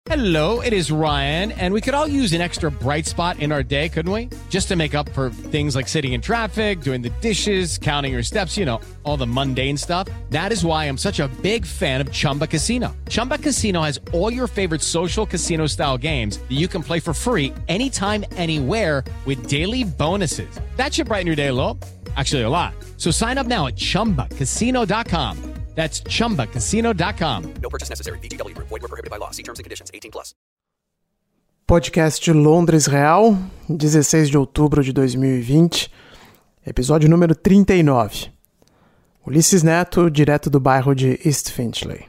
Hello, it is Ryan, and we could all use an extra bright spot in our day, couldn't we? Just to make up for things like sitting in traffic, doing the dishes, counting your steps, you know, all the mundane stuff. That is why I'm such a big fan of Chumba Casino. Chumba Casino has all your favorite social casino-style games that you can play for free anytime, anywhere with daily bonuses. That should brighten your day a little. Actually, a lot. So sign up now at ChumbaCasino.com. That's ChumbaCasino.com. No purchase necessary. VGW Group. Void where prohibited by law. See terms and conditions. 18+. Podcast Londres Real, 16 de outubro de 2020, episódio número 39. Ulisses Neto, direto do bairro de East Finchley.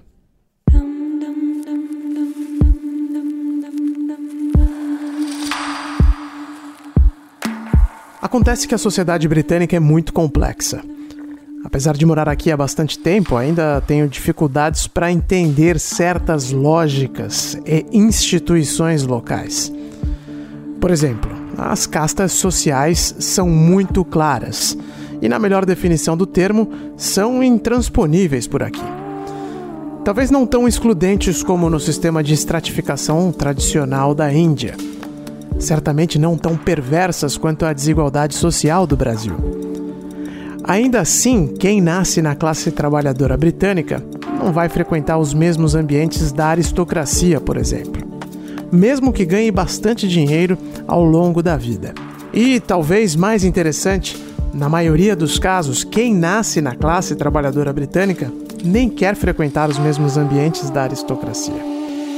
Acontece que a sociedade britânica é muito complexa. Apesar de morar aqui há bastante tempo, ainda tenho dificuldades para entender certas lógicas e instituições locais. Por exemplo, as castas sociais são muito claras e, na melhor definição do termo, são intransponíveis por aqui. Talvez não tão excludentes como no sistema de estratificação tradicional da Índia. Certamente não tão perversas quanto a desigualdade social do Brasil. Ainda assim, quem nasce na classe trabalhadora britânica não vai frequentar os mesmos ambientes da aristocracia, por exemplo, mesmo que ganhe bastante dinheiro ao longo da vida. E, talvez mais interessante, na maioria dos casos, quem nasce na classe trabalhadora britânica nem quer frequentar os mesmos ambientes da aristocracia.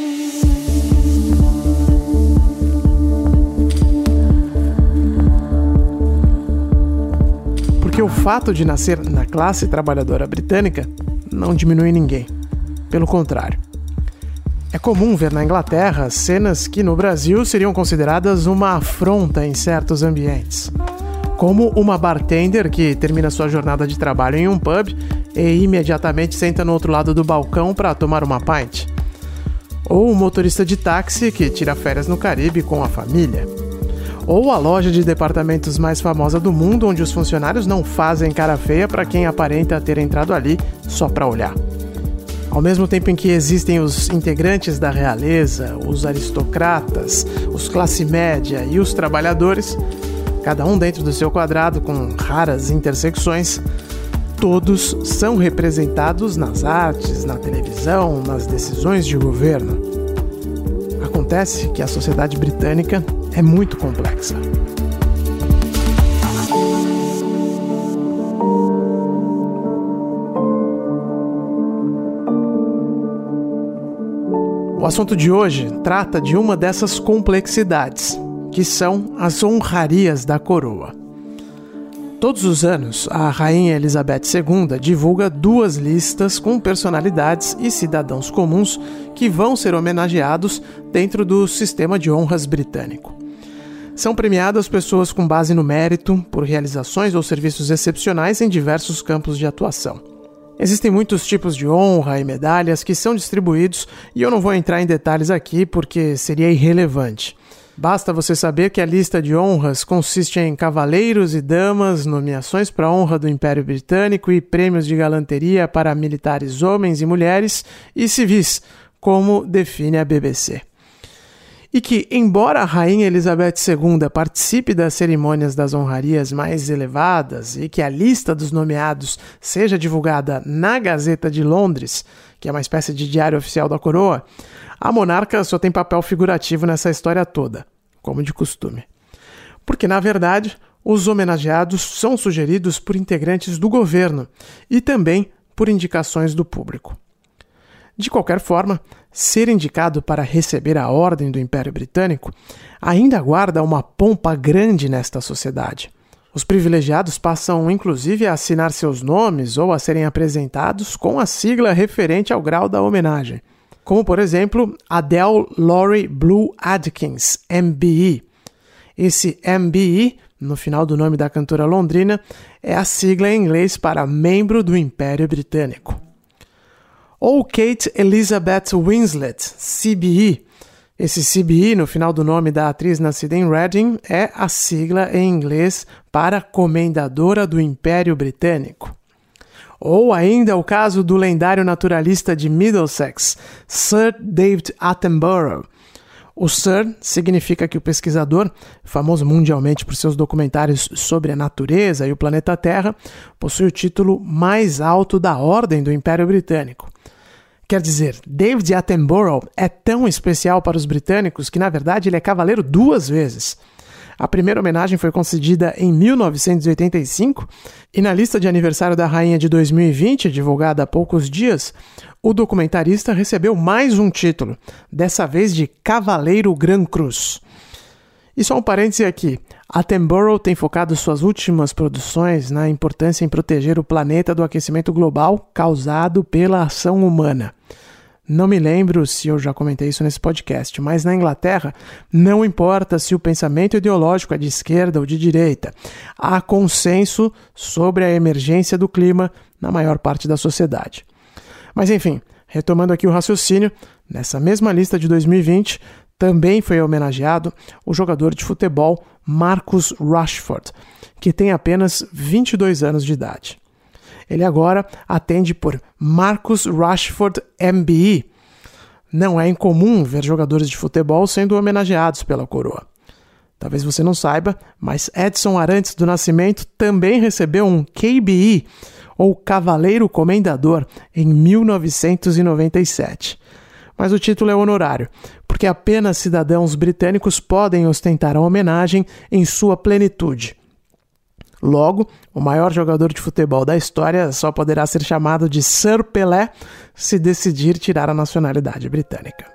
Porque o fato de nascer na classe trabalhadora britânica não diminui ninguém. Pelo contrário. É comum ver na Inglaterra cenas que no Brasil seriam consideradas uma afronta em certos ambientes. Como uma bartender que termina sua jornada de trabalho em um pub e imediatamente senta no outro lado do balcão para tomar uma pint. Ou um motorista de táxi que tira férias no Caribe com a família. Ou a loja de departamentos mais famosa do mundo, onde os funcionários não fazem cara feia para quem aparenta ter entrado ali só para olhar. Ao mesmo tempo em que existem os integrantes da realeza, os aristocratas, os classe média e os trabalhadores, cada um dentro do seu quadrado com raras intersecções, todos são representados nas artes, na televisão, nas decisões de governo. Acontece que a sociedade britânica é muito complexa. O assunto de hoje trata de uma dessas complexidades, que são as honrarias da coroa. Todos os anos, a Rainha Elizabeth II divulga 2 listas com personalidades e cidadãos comuns que vão ser homenageados dentro do sistema de honras britânico. São premiadas pessoas com base no mérito, por realizações ou serviços excepcionais em diversos campos de atuação. Existem muitos tipos de honra e medalhas que são distribuídos e eu não vou entrar em detalhes aqui porque seria irrelevante. Basta você saber que a lista de honras consiste em cavaleiros e damas, nomeações para a honra do Império Britânico e prêmios de galanteria para militares homens e mulheres e civis, como define a BBC. E que, embora a Rainha Elizabeth II participe das cerimônias das honrarias mais elevadas e que a lista dos nomeados seja divulgada na Gazeta de Londres, que é uma espécie de diário oficial da coroa, a monarca só tem papel figurativo nessa história toda, como de costume. Porque, na verdade, os homenageados são sugeridos por integrantes do governo e também por indicações do público. De qualquer forma, ser indicado para receber a Ordem do Império Britânico ainda guarda uma pompa grande nesta sociedade. Os privilegiados passam, inclusive, a assinar seus nomes ou a serem apresentados com a sigla referente ao grau da homenagem, como, por exemplo, Adele Laurie Blue Adkins, MBE. Esse MBE, no final do nome da cantora londrina, é a sigla em inglês para Membro do Império Britânico. Ou Kate Elizabeth Winslet, CBE. Esse CBE, no final do nome da atriz nascida em Reading, é a sigla em inglês para Comendadora do Império Britânico. Ou ainda o caso do lendário naturalista de Middlesex, Sir David Attenborough. O Sir significa que o pesquisador, famoso mundialmente por seus documentários sobre a natureza e o planeta Terra, possui o título mais alto da Ordem do Império Britânico. Quer dizer, David Attenborough é tão especial para os britânicos que, na verdade, ele é cavaleiro 2 vezes. A primeira homenagem foi concedida em 1985 e na lista de aniversário da rainha de 2020, divulgada há poucos dias, o documentarista recebeu mais um título, dessa vez de Cavaleiro Grand Cruz. E só um parêntese aqui, Attenborough tem focado suas últimas produções na importância em proteger o planeta do aquecimento global causado pela ação humana. Não me lembro se eu já comentei isso nesse podcast, mas na Inglaterra não importa se o pensamento ideológico é de esquerda ou de direita. Há consenso sobre a emergência do clima na maior parte da sociedade. Mas enfim, retomando aqui o raciocínio, nessa mesma lista de 2020 também foi homenageado o jogador de futebol Marcus Rashford, que tem apenas 22 anos de idade. Ele agora atende por Marcus Rashford MBE. Não é incomum ver jogadores de futebol sendo homenageados pela coroa. Talvez você não saiba, mas Edson Arantes do Nascimento também recebeu um KBE, ou Cavaleiro Comendador, em 1997. Mas o título é honorário, porque apenas cidadãos britânicos podem ostentar a homenagem em sua plenitude. Logo, o maior jogador de futebol da história só poderá ser chamado de Sir Pelé se decidir tirar a nacionalidade britânica.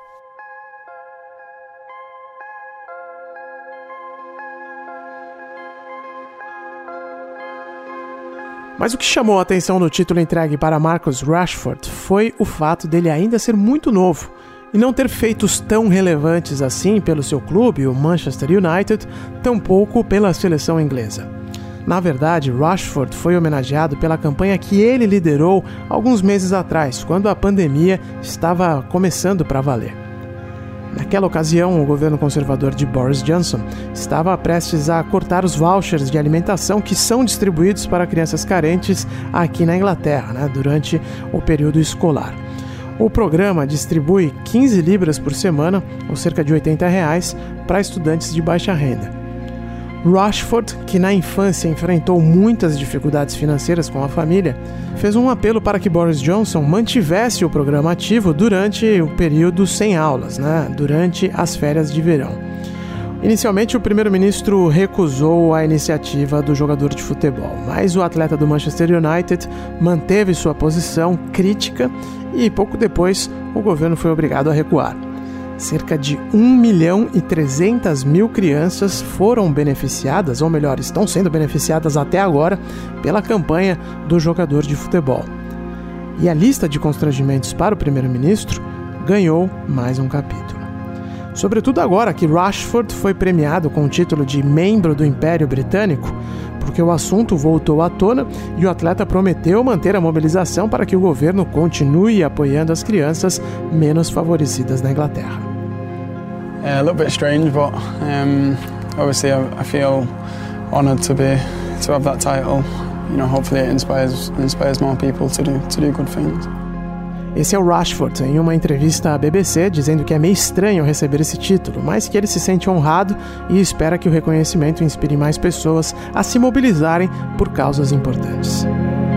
Mas o que chamou a atenção no título entregue para Marcus Rashford foi o fato dele ainda ser muito novo e não ter feitos tão relevantes assim pelo seu clube, o Manchester United, tampouco pela seleção inglesa. Na verdade, Rashford foi homenageado pela campanha que ele liderou alguns meses atrás, quando a pandemia estava começando para valer. Naquela ocasião, o governo conservador de Boris Johnson estava prestes a cortar os vouchers de alimentação que são distribuídos para crianças carentes aqui na Inglaterra, durante o período escolar. O programa distribui 15 libras por semana, ou cerca de R$80, para estudantes de baixa renda. Rashford, que na infância enfrentou muitas dificuldades financeiras com a família, fez um apelo para que Boris Johnson mantivesse o programa ativo durante o período sem aulas, durante as férias de verão. Inicialmente, o primeiro-ministro recusou a iniciativa do jogador de futebol, mas o atleta do Manchester United manteve sua posição crítica e pouco depois o governo foi obrigado a recuar. Cerca de 1.300.000 crianças foram beneficiadas, ou melhor, estão sendo beneficiadas até agora, pela campanha do jogador de futebol. E a lista de constrangimentos para o primeiro-ministro ganhou mais um capítulo. Sobretudo agora que Rashford foi premiado com o título de membro do Império Britânico, porque o assunto voltou à tona e o atleta prometeu manter a mobilização para que o governo continue apoiando as crianças menos favorecidas na Inglaterra. A little bit strange, but obviously I feel honoured to have that title. Hopefully it inspires more people to do good things. Esse é o Rashford, em uma entrevista à BBC, dizendo que é meio estranho receber esse título, mas que ele se sente honrado e espera que o reconhecimento inspire mais pessoas a se mobilizarem por causas importantes.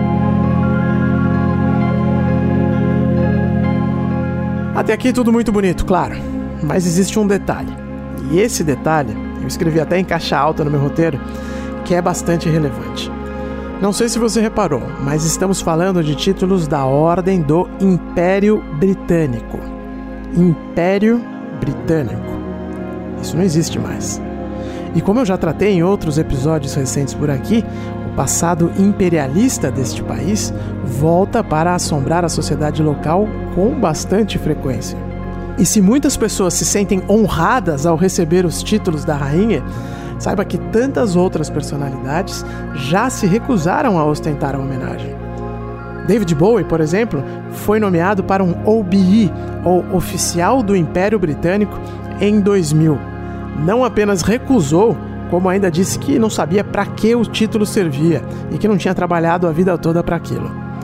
Até aqui tudo muito bonito, claro, mas existe um detalhe. E esse detalhe, eu escrevi até em caixa alta no meu roteiro, que é bastante relevante. Não sei se você reparou, mas estamos falando de títulos da Ordem do Império Britânico. Império Britânico. Isso não existe mais. E como eu já tratei em outros episódios recentes por aqui, o passado imperialista deste país volta para assombrar a sociedade local com bastante frequência. E se muitas pessoas se sentem honradas ao receber os títulos da rainha, saiba que tantas outras personalidades já se recusaram a ostentar a homenagem. David Bowie, por exemplo, foi nomeado para um OBE, ou Oficial do Império Britânico, em 2000. Não apenas recusou, como ainda disse que não sabia para que o título servia e que não tinha trabalhado a vida toda para aquilo.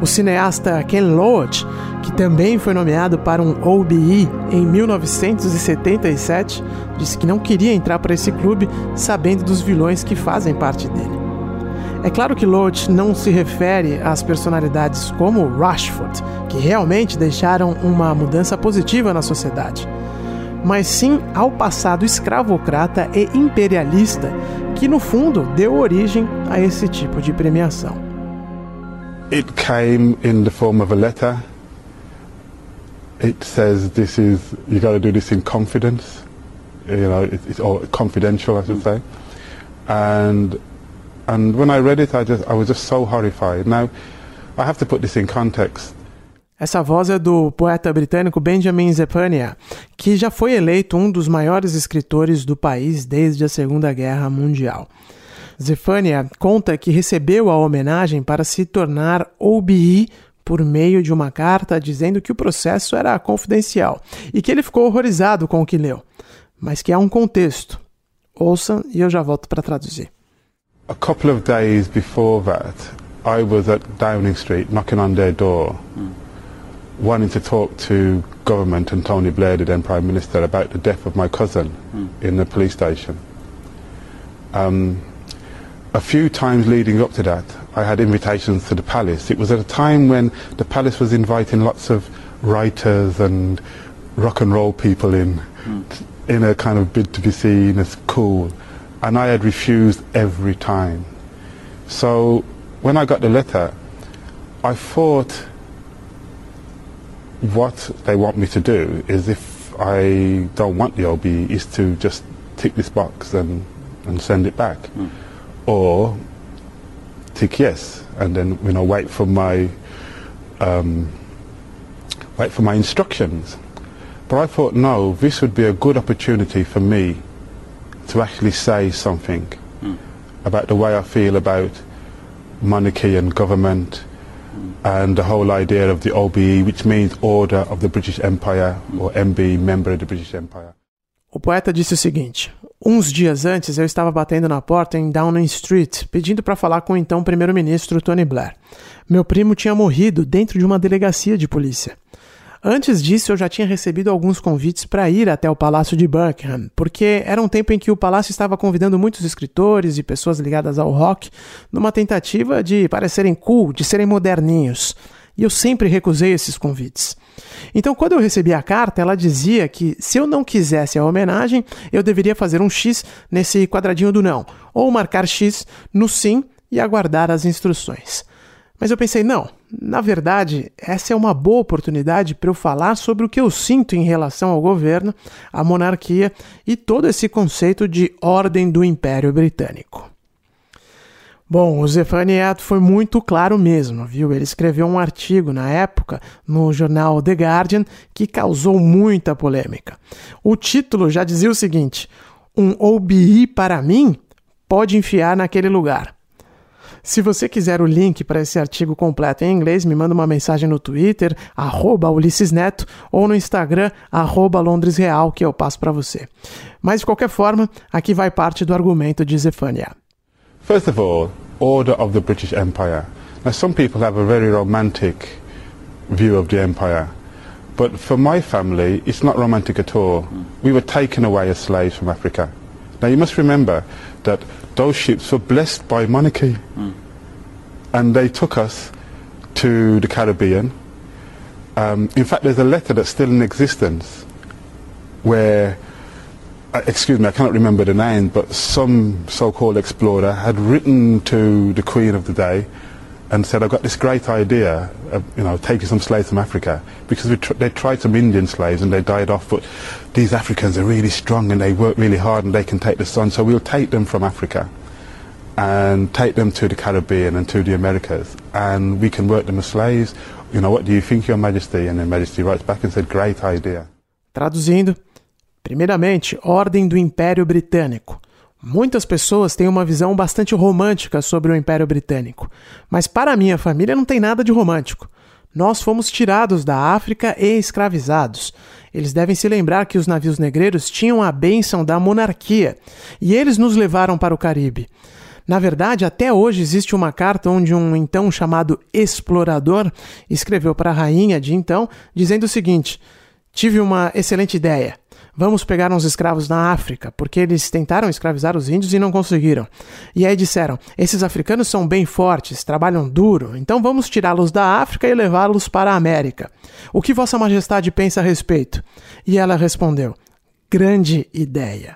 O cineasta Ken Loach, que também foi nomeado para um OBE em 1977, disse que não queria entrar para esse clube sabendo dos vilões que fazem parte dele. É claro que Loach não se refere às personalidades como Rushford, que realmente deixaram uma mudança positiva na sociedade, mas sim ao passado escravocrata e imperialista que, no fundo, deu origem a esse tipo de premiação. It came in the form of a letter. It says you got to do this in confidence. You know, it's all confidential, I should say. And when I read it, I was just so horrified. Now, I have to put this in context. Essa voz é do poeta britânico Benjamin Zephaniah, que já foi eleito um dos maiores escritores do país desde a Segunda Guerra Mundial. Zephaniah conta que recebeu a homenagem para se tornar OBE por meio de uma carta dizendo que o processo era confidencial e que ele ficou horrorizado com o que leu, mas que há um contexto. Ouçam e eu já volto para traduzir. A couple of days before that, I was at Downing Street knocking on their door, wanting to talk to government and Tony Blair, the then Prime Minister, about the death of my cousin in the police station. A few times leading up to that, I had invitations to the Palace. It was at a time when the Palace was inviting lots of writers and rock and roll people in a kind of bid to be seen as cool. And I had refused every time. So when I got the letter, I thought what they want me to do is, if I don't want the OBE, is to just tick this box and send it back. Or tick yes, and then wait for my instructions. But I thought, no, this would be a good opportunity for me to actually say something about the way I feel about monarchy and government and the whole idea of the OBE, which means Order of the British Empire, or MB, Member of the British Empire. O poeta disse o seguinte: uns dias antes eu estava batendo na porta em Downing Street, pedindo para falar com o então primeiro-ministro Tony Blair. Meu primo tinha morrido dentro de uma delegacia de polícia. Antes disso, eu já tinha recebido alguns convites para ir até o Palácio de Buckingham, porque era um tempo em que o palácio estava convidando muitos escritores e pessoas ligadas ao rock, numa tentativa de parecerem cool, de serem moderninhos. E eu sempre recusei esses convites. Então, quando eu recebi a carta, ela dizia que, se eu não quisesse a homenagem, eu deveria fazer um X nesse quadradinho do não, ou marcar X no sim e aguardar as instruções. Mas eu pensei, não, na verdade, essa é uma boa oportunidade para eu falar sobre o que eu sinto em relação ao governo, à monarquia e todo esse conceito de ordem do Império Britânico. Bom, o Zephaniah foi muito claro mesmo, viu? Ele escreveu um artigo na época no jornal The Guardian que causou muita polêmica. O título já dizia o seguinte: um OBE para mim pode enfiar naquele lugar. Se você quiser o link para esse artigo completo em inglês, me manda uma mensagem no Twitter, @UlissesNeto, ou no Instagram, @LondresReal, que eu passo para você. Mas, de qualquer forma, aqui vai parte do argumento de Zephaniah. First of all, Order of the British Empire. Now, some people have a very romantic view of the empire, but for my family, it's not romantic at all. We were taken away as slaves from Africa. Now, you must remember that those ships were blessed by monarchy, and they took us to the Caribbean. In fact, there's a letter that's still in existence where, excuse me, I cannot remember the name, but some so-called explorer had written to the Queen of the day and said, I've got this great idea of, taking some slaves from Africa, because they tried some Indian slaves and they died off, but these Africans are really strong and they work really hard and they can take the sun, so we'll take them from Africa and take them to the Caribbean and to the Americas, and we can work them as slaves. What do you think, Your Majesty? And Her Majesty writes back and said, great idea. Traduzindo, primeiramente, Ordem do Império Britânico. Muitas pessoas têm uma visão bastante romântica sobre o Império Britânico, mas para a minha família não tem nada de romântico. Nós fomos tirados da África e escravizados. Eles devem se lembrar que os navios negreiros tinham a bênção da monarquia, e eles nos levaram para o Caribe. Na verdade, até hoje existe uma carta onde um então chamado explorador escreveu para a rainha de então, dizendo o seguinte: tive uma excelente ideia. Vamos pegar uns escravos na África, porque eles tentaram escravizar os índios e não conseguiram. E aí disseram, esses africanos são bem fortes, trabalham duro, então vamos tirá-los da África e levá-los para a América. O que Vossa Majestade pensa a respeito? E ela respondeu, grande ideia.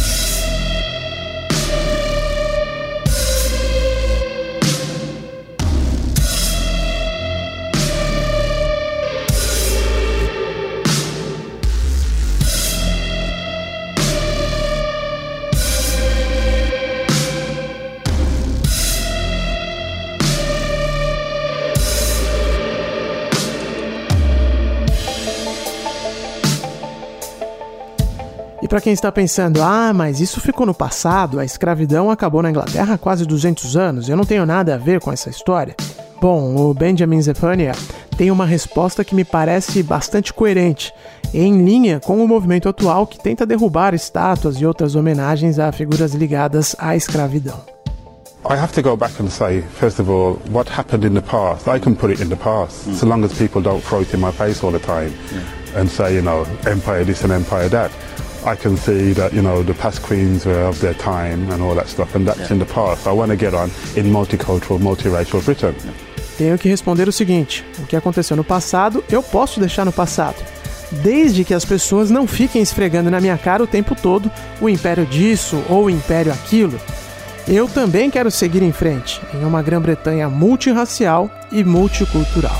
E para quem está pensando, mas isso ficou no passado, a escravidão acabou na Inglaterra há quase 200 anos, eu não tenho nada a ver com essa história. Bom, o Benjamin Zephaniah tem uma resposta que me parece bastante coerente, em linha com o movimento atual que tenta derrubar estátuas e outras homenagens a figuras ligadas à escravidão. I have to go back and say, first of all, what happened in the past, I can put it in the past, so long as people don't throw it in my face all the time and say, empire this and empire that. I can see that, the past queens were of their time and all that stuff, and that's in the past. I want to get on in multicultural, multiracial Britain. Tenho que responder o seguinte, o que aconteceu no passado, eu posso deixar no passado. Desde que as pessoas não fiquem esfregando na minha cara o tempo todo o império disso ou o império aquilo. Eu também quero seguir em frente, em uma Grã-Bretanha multirracial e multicultural.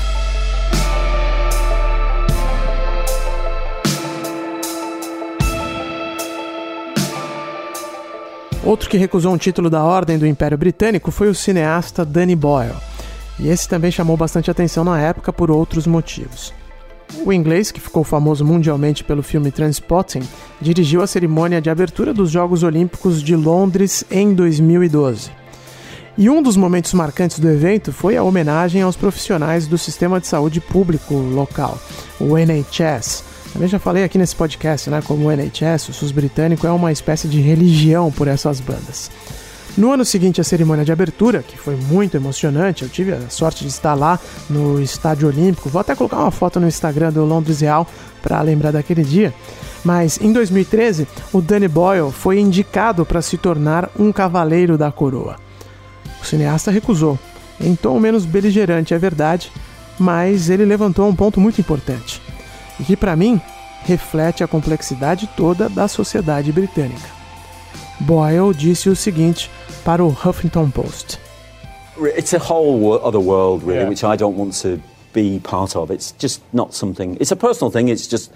Outro que recusou um título da Ordem do Império Britânico foi o cineasta Danny Boyle, e esse também chamou bastante atenção na época por outros motivos. O inglês, que ficou famoso mundialmente pelo filme Trainspotting, dirigiu a cerimônia de abertura dos Jogos Olímpicos de Londres em 2012. E um dos momentos marcantes do evento foi a homenagem aos profissionais do sistema de saúde público local, o NHS. Também já falei aqui nesse podcast, como o NHS, o SUS britânico, é uma espécie de religião por essas bandas. No ano seguinte à cerimônia de abertura, que foi muito emocionante, eu tive a sorte de estar lá no Estádio Olímpico, vou até colocar uma foto no Instagram do Londres Real para lembrar daquele dia, mas em 2013 o Danny Boyle foi indicado para se tornar um cavaleiro da coroa. O cineasta recusou, em tom menos beligerante, é verdade, mas ele levantou um ponto muito importante, e que para mim reflete a complexidade toda da sociedade britânica. Boyle disse o seguinte para o Huffington Post. It's a whole other world, really, which I don't want to be part of. It's just not something. It's a personal thing. It's just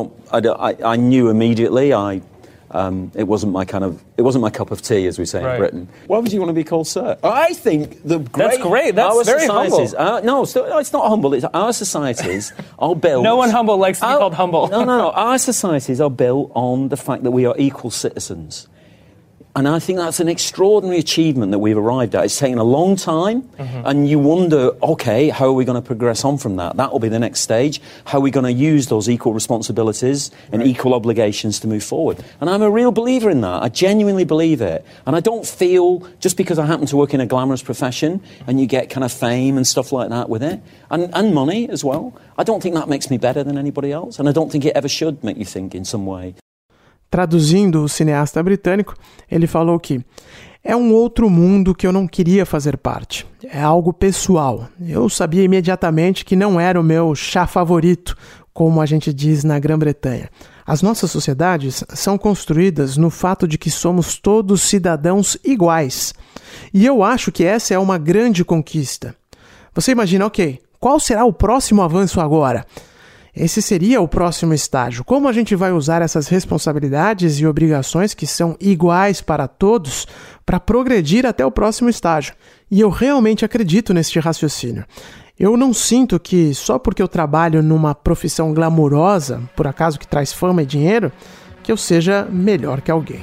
I knew immediately. It wasn't my cup of tea, as we say in Britain. Why would you want to be called sir? I think that's great. That's very humble. No, it's not humble. It's our societies are built. No one humble likes to be called humble. No. Our societies are built on the fact that we are equal citizens. And I think that's an extraordinary achievement that we've arrived at. It's taken a long time, and you wonder, okay, how are we going to progress on from that? That will be the next stage. How are we going to use those equal responsibilities and equal obligations to move forward? And I'm a real believer in that. I genuinely believe it. And I don't feel, just because I happen to work in a glamorous profession, and you get kind of fame and stuff like that with it, and money as well, I don't think that makes me better than anybody else. And I don't think it ever should make you think in some way. Traduzindo o cineasta britânico, ele falou que é um outro mundo que eu não queria fazer parte. É algo pessoal. Eu sabia imediatamente que não era o meu chá favorito, como a gente diz na Grã-Bretanha. As nossas sociedades são construídas no fato de que somos todos cidadãos iguais. E eu acho que essa é uma grande conquista. Você imagina, ok, qual será o próximo avanço agora? Esse seria o próximo estágio. Como a gente vai usar essas responsabilidades e obrigações que são iguais para todos para progredir até o próximo estágio? E eu realmente acredito neste raciocínio. Eu não sinto que só porque eu trabalho numa profissão glamourosa, por acaso que traz fama e dinheiro, que eu seja melhor que alguém.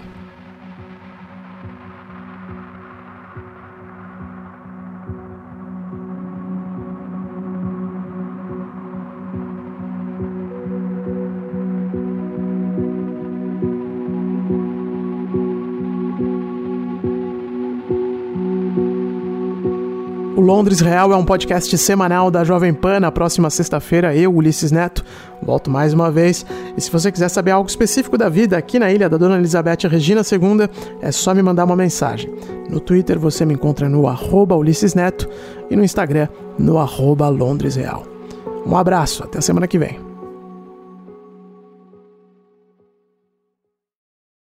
O Londres Real é um podcast semanal da Jovem Pan. Na próxima sexta-feira, eu, Ulisses Neto, volto mais uma vez. E se você quiser saber algo específico da vida aqui na ilha da Dona Elizabeth Regina II, é só me mandar uma mensagem. No Twitter você me encontra no @Ulisses Neto e no Instagram no @Londres Real. Um abraço, até a semana que vem.